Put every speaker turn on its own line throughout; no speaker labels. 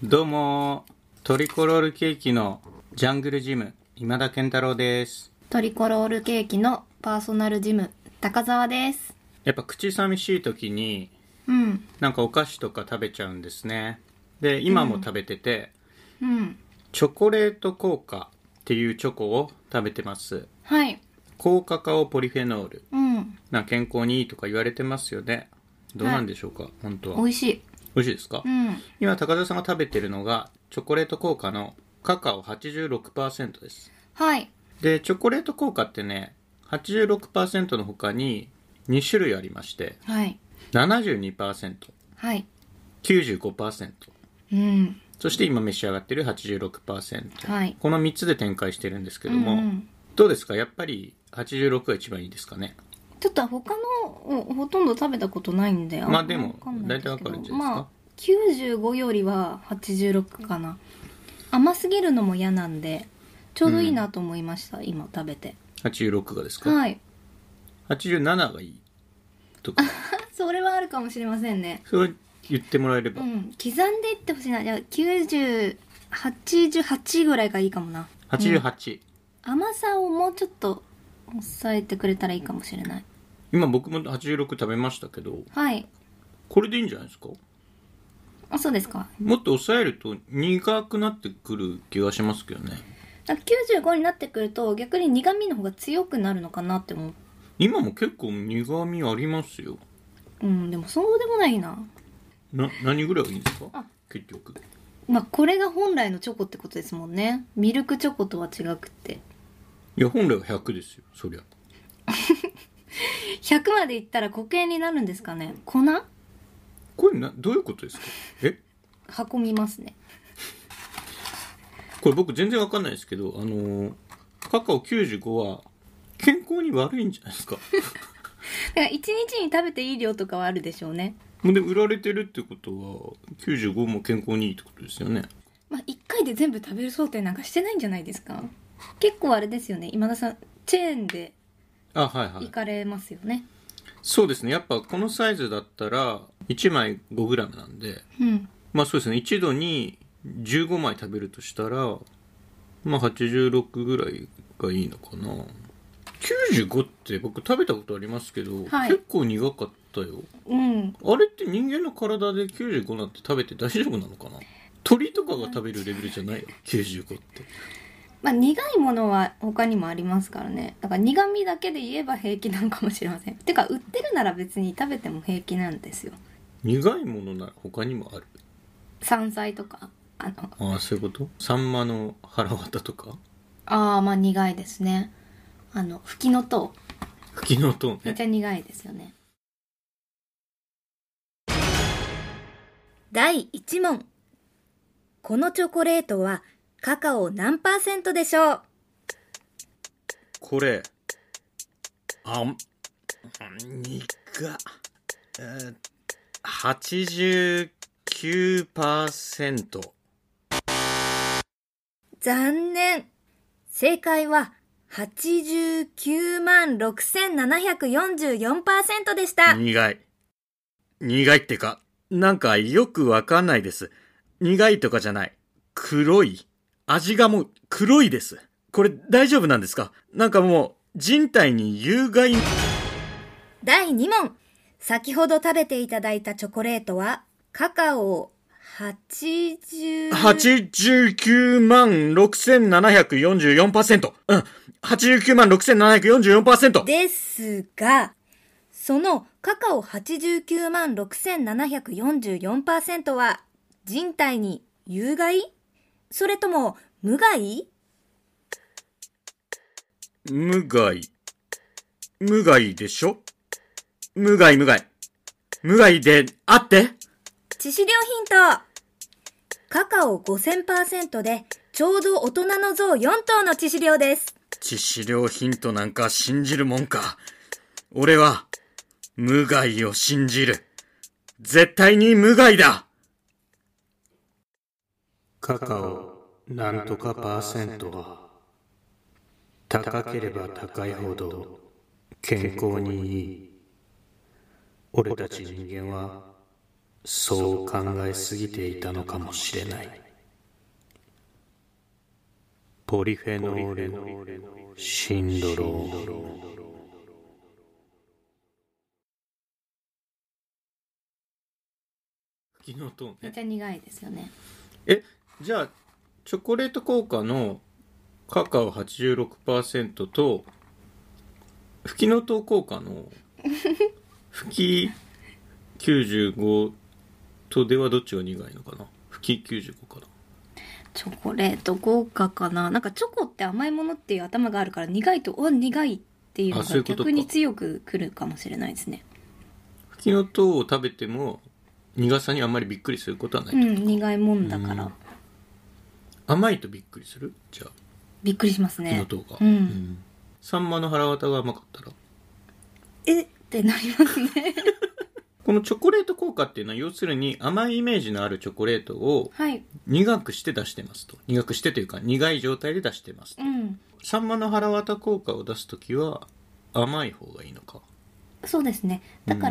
どうもトリコロールケーキのジャングルジム今田健太郎です。
トリコロールケーキのパーソナルジム高澤です。
やっぱ口寂しい時になんかお菓子とか食べちゃうんですね。で今も食べてて、チョコレート効果っていうチョコを食べてます。
はい。
高カカオポリフェノール、健康にいいとか言われてますよね。どうなんでしょうか、本当は。
美味しい。
美味しいですか？今高田さんが食べてるのがチョコレート効果のカカオ 86% です。
はい。
でチョコレート効果ってね 86% の他に2種類ありまして、
はい。
72%、
はい。
95%、
うん
そして今召し上がってる 86%、
はい。
この3つで展開してるんですけども、どうですか？やっぱり86が一番いいですかね？
ちょっと他のほとんど食べたことないんで、
でも大体わかるんじゃないですか。
95よりは86かな。甘すぎるのも嫌なんでちょうどいいなと思いました、今食べて。
86がですか？
はい。
87がいいとか
それはあるかもしれませんね。
それ言ってもらえれば、
刻んでいってほしいな。じゃあ90、88ぐらいがいいかもな。
88、
甘さをもうちょっと抑えてくれたらいいかもしれない。
今僕も86食べましたけど、
はい。
これでいいんじゃないですか？
あ、そうですか。
もっと抑えると苦くなってくる気がしますけどね。
なんか95になってくると逆に苦味の方が強くなるのかなって思う。
今も結構苦味ありますよ。
でもそうでもないな。
何ぐらいがいいんですか結局？
これが本来のチョコってことですもんね。ミルクチョコとは違くって。
いや本来は100ですよ、そりゃ。
100までいったら固形になるんですかね。粉
これどういうことですか？
運みますね。
これ僕全然わかんないですけど、カカオ95は健康に悪いんじゃないですか？
だから1日に食べていい量とかはあるでしょうね。
で売られてるってことは95も健康にいいってことですよね。
1回で全部食べる想定なんかしてないんじゃないですか？結構あれですよね、今田さんチェーンで行かれますよね。
そうですね。やっぱこのサイズだったら1枚 5g なんで、そうですね、一度に15枚食べるとしたら86ぐらいがいいのかな。95って僕食べたことありますけど、結構苦かったよ。あれって人間の体で95なんて食べて大丈夫なのかな？鳥とかが食べるレベルじゃないよ95って。
苦いものは他にもありますからね。だから苦味だけで言えば平気なのかもしれません。てか売ってるなら別に食べても平気なんですよ。
苦いものなら他にもある？
山菜とか
そういうこと？サンマの腹渡とか？
苦いですね。フキノトウ
ね。
めっちゃ苦いですよね。第1問。このチョコレートはカカオ何%でしょう？
これ89%。
残念。正解は89万6744% でした。
苦いってか、なんかよくわかんないです。苦いとかじゃない。黒い。味がもう黒いです。これ大丈夫なんですか？なんかもう人体に有害。
第2問。先ほど食べていただいたチョコレートはカカオ
89万6744%。89万6744%。
ですが、そのカカオ89万6744%は人体に有害？それとも無害？
無害でしょ？無害であって。
致死量ヒント。カカオ 5000% でちょうど大人の象4頭の致死量です。
致死量ヒントなんか信じるもんか。俺は無害を信じる。絶対に無害だ。カカオなんとか%は高ければ高いほど健康にいい。俺たち人間はそう考えすぎていたのかもしれない。ポリフェノールシンドローム。吹きの音ね。
めっちゃ苦いですよね。
じゃあチョコレート効果のカカオ 86% と吹きのとう効果の吹き95とではどっちが苦いのかな。吹き95かな。
チョコレート効果かな。なんかチョコって甘いものっていう頭があるから、苦いと苦いっていうのが逆に強くくるかもしれないですね。
吹きのとうを食べても苦さにあんまりびっくりすることはないってことか。
苦いもんだから。
甘いとびっくりする？じゃあ
びっくりしますね。
吹きのとうが。サンマの腹渡が甘かったら
ってなりますね。
このチョコレート効果っていうのは要するに甘いイメージのあるチョコレートを苦くして出してますと。苦くしてというか苦い状態で出してますと。サンマの腹渡効果を出すときは甘い方がいいのか。
そうですね。だから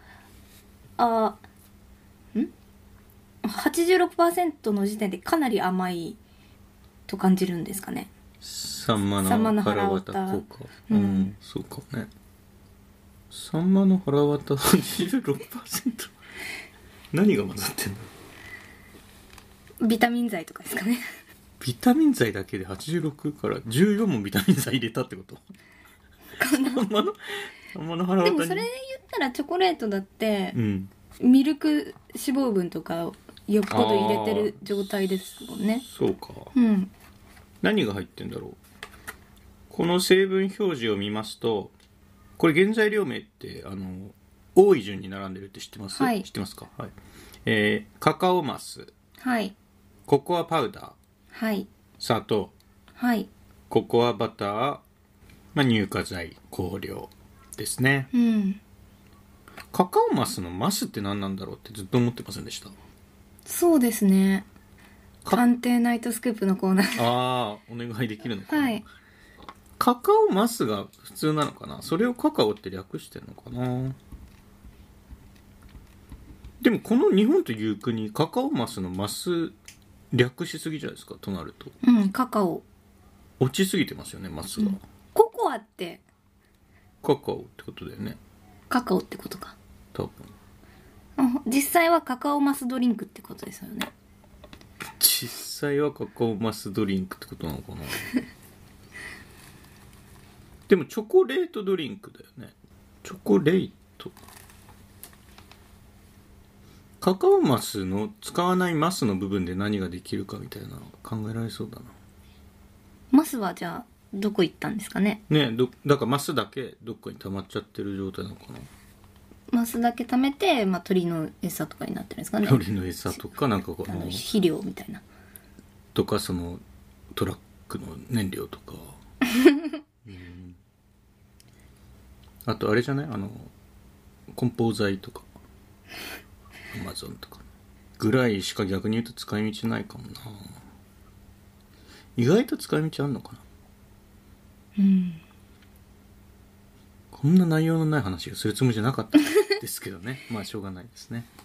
、86% の時点でかなり甘いと感じるんですかね。
サンマの腹渡効果。そうかもね。サンマの腹渡 86% 何が混ざってんの？
ビタミン剤とかですかね。
ビタミン剤だけで86から14もビタミン剤入れたってこと？サンマの腹渡に。
でもそれで言ったらチョコレートだって、ミルク脂肪分とかをよっぽど入れてる状態ですもんね。
そうか。何が入ってんだろう。この成分表示を見ますと、これ原材料名って多い順に並んでるって知ってます？知ってますか？カカオマス、ココアパウダー、砂糖、ココアバター、乳化剤、香料ですね。カカオマスのマスって何なんだろうってずっと思ってませんでした？
そうですね。鑑定ナイトスクープのコーナー。
お願いできるのかな。カカオマスが普通なのかな。それをカカオって略してるのかな。でもこの日本という国、カカオマスのマス略しすぎじゃないですかとなると。
カカオ
落ちすぎてますよね、マスが。
ココアって
カカオってことだよね。
カカオってことか
多分。
実際はカカオマスドリンクってことですよね。
実際はカカオマスドリンクってことなのかな。でもチョコレートドリンクだよね。チョコレート。カカオマスの使わないマスの部分で何ができるかみたいな考えられそうだな。
マスはじゃあどこ行ったんですかね。
だからマスだけどっかに溜まっちゃってる状態なのかな。
マスだけ溜めて、鳥の餌とかになってるんですかね。
鳥の餌とかなんかこの
肥料みたいな
とか、そのトラックの燃料とか。あとあれじゃない、梱包材とかアマゾンとかぐらいしか逆に言うと使い道ないかもな。意外と使い道あんのかな。こんな内容のない話をするつもりじゃなかったんですけどね。しょうがないですね。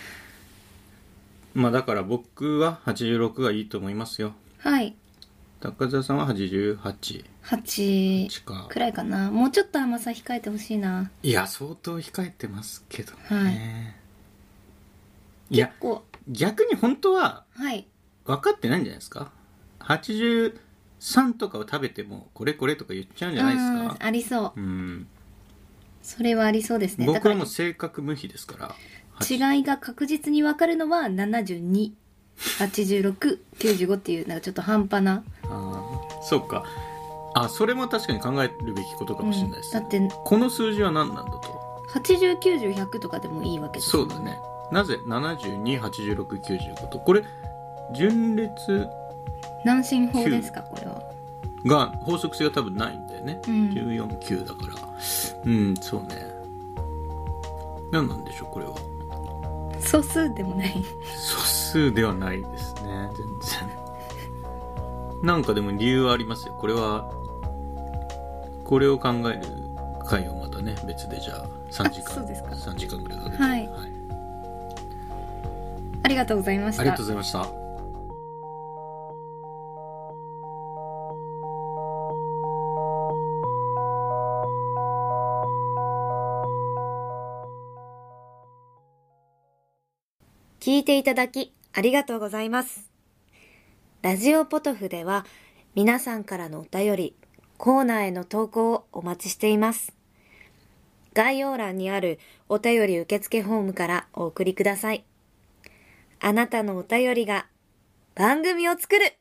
だから僕は86がいいと思いますよ。高澤さんは88
くらいかな。もうちょっと甘さ控えてほしいな。
いや相当控えてますけどね。いや逆に本当は分かってないんじゃないですか。83とかを食べてもこれこれとか言っちゃうんじゃないですか。
ありそう。それはありそうですね。
僕はもう性格無比ですから。
違いが確実に分かるのは72、86、95っていうなんかちょっと半端な。
そうか。それも確かに考えるべきことかもしれないです。
だって
この数字は何なんだと。
80、90、100とかでもいいわけです
よね。そうだね。なぜ72、86、95とこれ順列
何進法ですかこれは。
が法則性が多分ないんだよね。14、9だから。そうね。何なんでしょうこれは。
素数でもない。
素数ではないですね。全然。なんかでも理由はありますよ。これを考える回をまたね別でじゃあ3時間ぐらいかけて、
りがとうございました。
ありがとうございました。
聞いていただきありがとうございます。ラジオポトフでは皆さんからのお便り、コーナーへの投稿をお待ちしています。概要欄にあるお便り受付フォームからお送りください。あなたのお便りが番組を作る